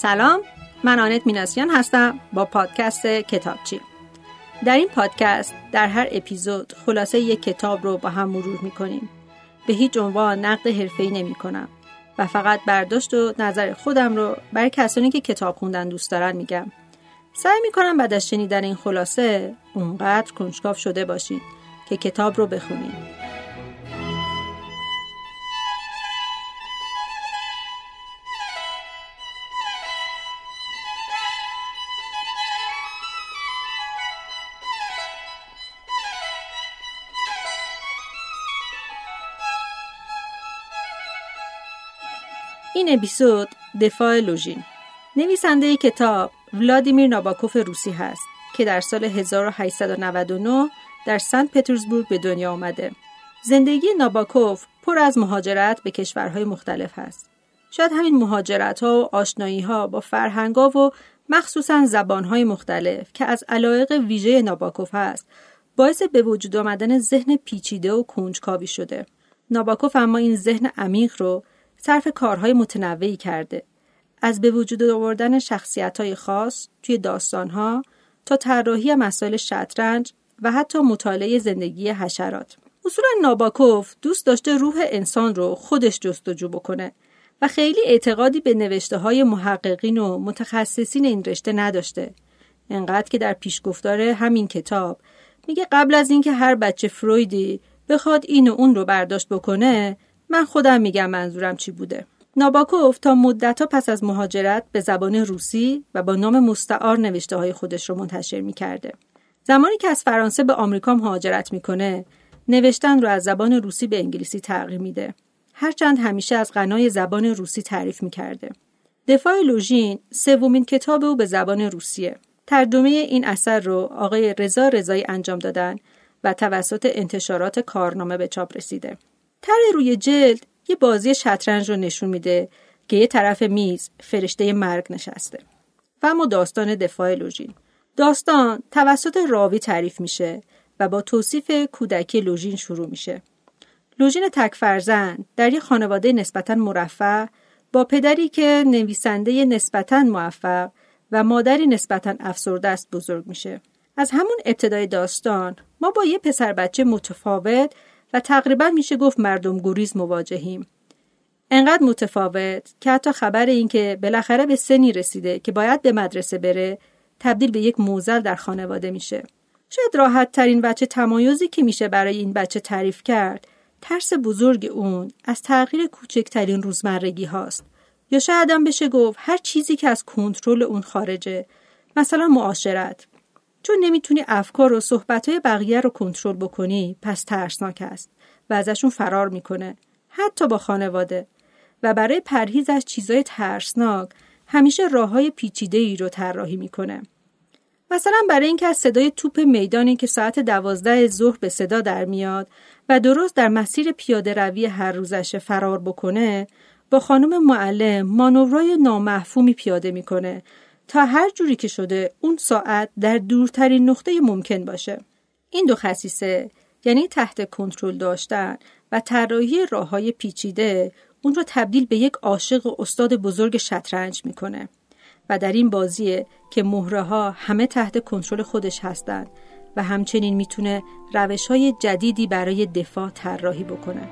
سلام، من آنت میناسیان هستم با پادکست کتابچی. در این پادکست در هر اپیزود خلاصه یک کتاب رو با هم مرور میکنیم. به هیچ عنوان نقد حرفه‌ای نمی‌کنم و فقط برداشت و نظر خودم رو برای کسانی که کتاب خوندن دوست دارن میگم. سعی میکنم بعد از شنیدن این خلاصه اونقدر کنجکاو شده باشید که کتاب رو بخونید. این اپیزود دفاع لوژین. نویسنده کتاب ولادیمیر ناباکوف روسی هست که در سال 1899 در سنت پترزبورگ به دنیا آمده. زندگی ناباکوف پر از مهاجرت به کشورهای مختلف هست. شاید همین مهاجرت‌ها و آشنایی‌ها با فرهنگ‌ها و مخصوصاً زبان‌های مختلف که از علایق ویژه ناباکوف هست، باعث به وجود آمدن ذهن پیچیده و کنجکاوی شده. ناباکوف اما این ذهن عمیق رو صرف کارهای متنوعی کرده، از به وجود آوردن شخصیت‌های خاص توی داستان‌ها تا طراحی مسائل شطرنج و حتی مطالعه زندگی حشرات. اصولاً ناباکوف دوست داشته روح انسان رو خودش جستجو بکنه و خیلی اعتقادی به نوشته‌های محققین و متخصصین این رشته نداشته. انقدر که در پیشگفتار همین کتاب میگه قبل از اینکه هر بچه فرویدی بخواد این و اون رو برداشت بکنه، من خودم میگم منظورم چی بوده. ناباکوف تا مدت‌ها پس از مهاجرت به زبان روسی و با نام مستعار نوشته‌های خودش رو منتشر می‌کرده. زمانی که از فرانسه به آمریکا مهاجرت می‌کنه، نوشتن رو از زبان روسی به انگلیسی تغییر میده. هرچند همیشه از غنای زبان روسی تعریف می‌کرده. دفاع لوژین سومین کتاب او به زبان روسیه. ترجمه این اثر رو آقای رضا رضایی انجام دادن و توسط انتشارات کارنامه به چاپ رسیده. طرح روی جلد یه بازی شطرنج رو نشون میده که یه طرف میز فرشته مرگ نشسته. و اما داستان دفاع لوژین. داستان توسط راوی تعریف میشه و با توصیف کودکی لوژین شروع میشه. لوژین تک فرزند در یه خانواده نسبتاً مرفه با پدری که نویسنده نسبتاً موفق و مادری نسبتاً افسرده است بزرگ میشه. از همون ابتدای داستان ما با یه پسر بچه متفاوت و تقریبا میشه گفت مردم گریز مواجهیم. انقدر متفاوت که حتی خبر این که بالاخره به سنی رسیده که باید به مدرسه بره تبدیل به یک معضل در خانواده میشه. شاید راحت ترین بچه تمایزی که میشه برای این بچه تعریف کرد ترس بزرگ اون از تغییر کوچکترین روزمرگی هاست، یا شاید هم بشه گفت هر چیزی که از کنترل اون خارجه، مثلا معاشرت. چون نمیتونی افکار و صحبتهای بقیه رو کنترل بکنی، پس ترسناک است و ازشون فرار میکنه، حتی با خانواده. و برای پرهیز از چیزای ترسناک همیشه راههای پیچیده‌ای رو طراحی میکنه. مثلا برای اینکه از صدای توپ میدانی که ساعت 12 ظهر به صدا در میاد و درست در مسیر پیاده روی هر روزش فرار بکنه، با خانم معلم مانورای نامفهومی پیاده میکنه تا هر جوری که شده اون ساعت در دورترین نقطه ممکن باشه. این دو خصیصه، یعنی تحت کنترل داشتن و طراحی راههای پیچیده، اون رو تبدیل به یک عاشق و استاد بزرگ شطرنج میکنه. و در این بازیه که مهره‌ها همه تحت کنترل خودش هستن و همچنین میتونه روش‌های جدیدی برای دفاع طراحی بکنه.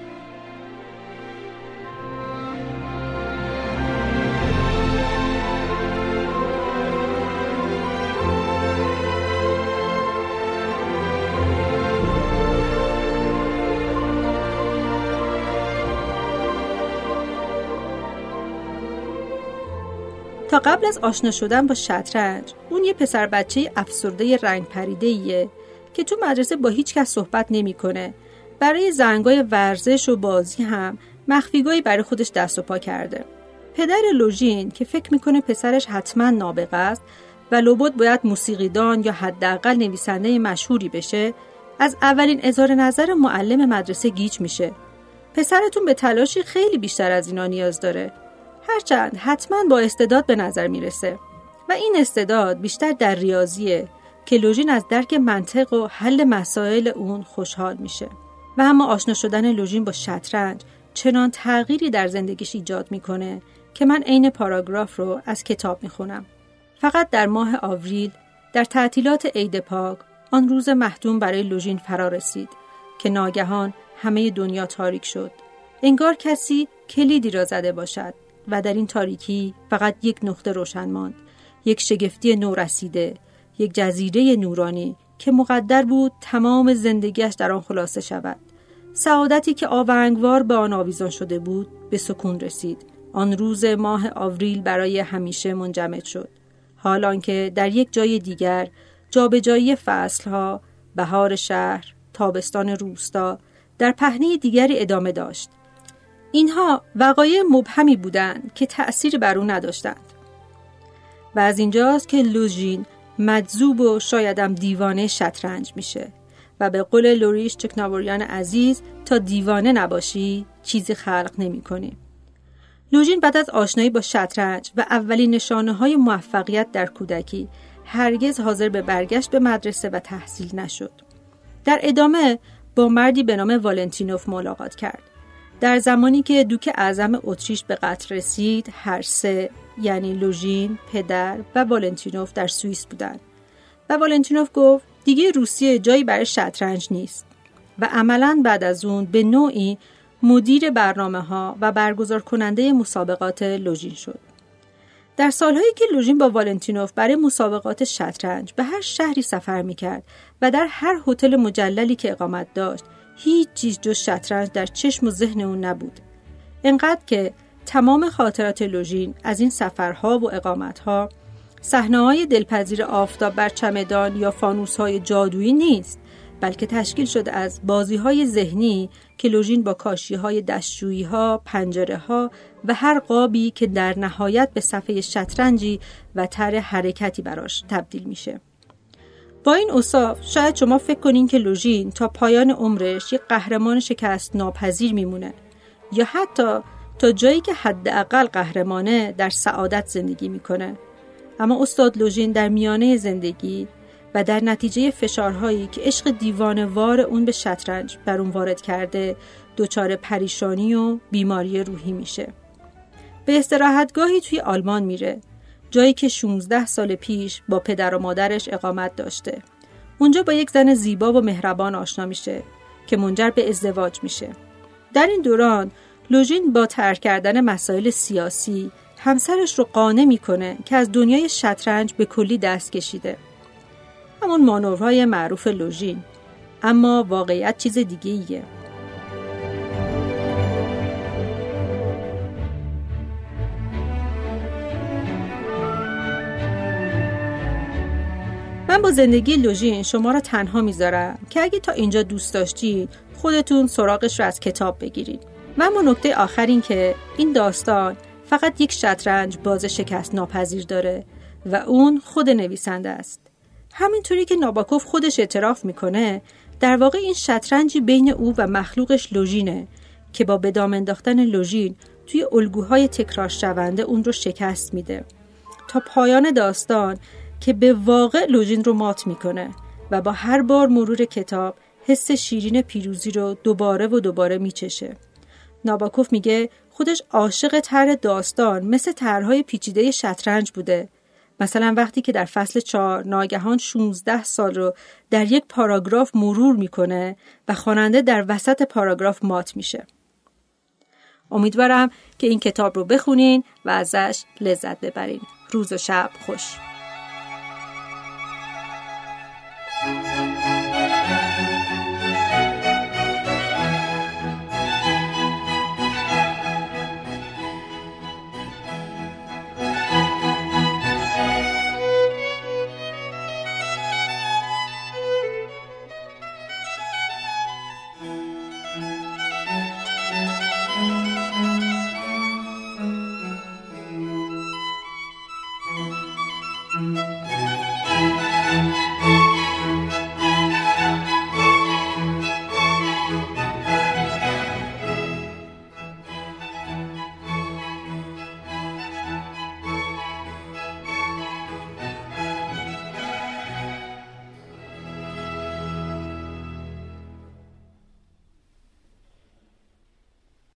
تا قبل از آشنا شدن با شطرنج، اون یه پسر بچه افسرده رنگ پریده‌ایه که تو مدرسه با هیچ کس صحبت نمی‌کنه. برای زنگای ورزش و بازی هم مخفیگاهی برای خودش دست و پا کرده. پدر لوژین که فکر می‌کنه پسرش حتما نابغه است و لابد باید موسیقیدان یا حداقل نویسنده مشهوری بشه، از اولین اظهار نظر معلم مدرسه گیج میشه. پسرتون به تلاشی خیلی بیشتر از اینا نیاز داره. هرچند حتما با استعداد به نظر میرسه و این استعداد بیشتر در ریاضیه که لوژین از درک منطق و حل مسائل اون خوشحال میشه. و اما آشنا شدن لوژین با شطرنج چنان تغییری در زندگیش ایجاد میکنه که من عین پاراگراف رو از کتاب میخونم. فقط در ماه آوریل در تعطیلات عید پاک آن روز محتوم برای لوژین فرا رسید که ناگهان همه دنیا تاریک شد. انگار کسی کلیدی را زده باشد و در این تاریکی فقط یک نقطه روشن ماند، یک شگفتی نورسیده، یک جزیره نورانی که مقدر بود تمام زندگیش در آن خلاصه شود. سعادتی که آونگوار به آن آویزان شده بود به سکون رسید. آن روز ماه آوریل برای همیشه منجمد شد. حالان که در یک جای دیگر جابجایی فصلها، بهار شهر، تابستان روستا در پهنه دیگری ادامه داشت. اینها وقایع مبهمی بودند که تأثیر بر او نداشتند. و از اینجاست که لوژین مجذوب و شایدم دیوانه شطرنج میشه و به قول لوریش چکناوریان عزیز تا دیوانه نباشی چیزی خلق نمی کنی. لوژین بعد از آشنایی با شطرنج و اولین نشانه‌های موفقیت در کودکی هرگز حاضر به برگشت به مدرسه و تحصیل نشد. در ادامه با مردی به نام والنتینوف ملاقات کرد. در زمانی که دوک اعظم اتریش به قتل رسید، هر سه یعنی لوژین، پدر و والنتینوف در سوئیس بودند. و والنتینوف گفت دیگه روسیه جایی برای شطرنج نیست و عملاً بعد از اون به نوعی مدیر برنامه‌ها و برگزار کننده مسابقات لوژین شد. در سالهایی که لوژین با والنتینوف برای مسابقات شطرنج به هر شهری سفر می‌کرد و در هر هتل مجللی که اقامت داشت، هیچ چیز جز شطرنج در چشم و ذهن اون نبود. انقدر که تمام خاطرات لوژین از این سفرها و اقامت‌ها صحنه‌های دلپذیر آفتاب بر چمدان یا فانوس‌های جادویی نیست، بلکه تشکیل شده از بازی‌های ذهنی که لوژین با کاشی‌های دستشویی‌ها، پنجره‌ها و هر قابی که در نهایت به صفحه شطرنجی و طرح حرکتی براش تبدیل میشه. با این اوصاف شاید شما فکر کنین که لوژین تا پایان عمرش یک قهرمان شکست ناپذیر میمونه یا حتی تا جایی که حداقل قهرمانه در سعادت زندگی میکنه. اما استاد لوژین در میانه زندگی و در نتیجه فشارهایی که عشق دیوانه‌وار اون به شطرنج بر اون وارد کرده دچار پریشانی و بیماری روحی میشه. به استراحتگاهی توی آلمان میره، جایی که 16 سال پیش با پدر و مادرش اقامت داشته. اونجا با یک زن زیبا و مهربان آشنا میشه که منجر به ازدواج میشه. در این دوران لوژین با ترک کردن مسائل سیاسی همسرش رو قانع میکنه که از دنیای شطرنج به کلی دست کشیده. همون مانورهای معروف لوژین، اما واقعیت چیز دیگه ایه. من با زندگی لوژین شما را تنها میذارم که اگه تا اینجا دوست داشتین خودتون سراغش رو از کتاب بگیرید. و اما نکته آخر این که این داستان فقط یک شطرنج باز شکست ناپذیر داره و اون خود نویسنده است. همینطوری که ناباکوف خودش اعتراف میکنه، در واقع این شطرنجی بین او و مخلوقش لوژینه که با به دام انداختن لوژین توی الگوهای تکرار شونده اون رو شکست میده تا پایان داستان که به واقع لوژین رو مات میکنه و با هر بار مرور کتاب حس شیرین پیروزی رو دوباره و دوباره میچشه. ناباکوف میگه خودش عاشق طرح داستان مثل طرح‌های پیچیده شطرنج بوده. مثلا وقتی که در فصل 4 ناگهان 16 سال رو در یک پاراگراف مرور میکنه و خواننده در وسط پاراگراف مات میشه. امیدوارم که این کتاب رو بخونین و ازش لذت ببرین. روز و شب خوش.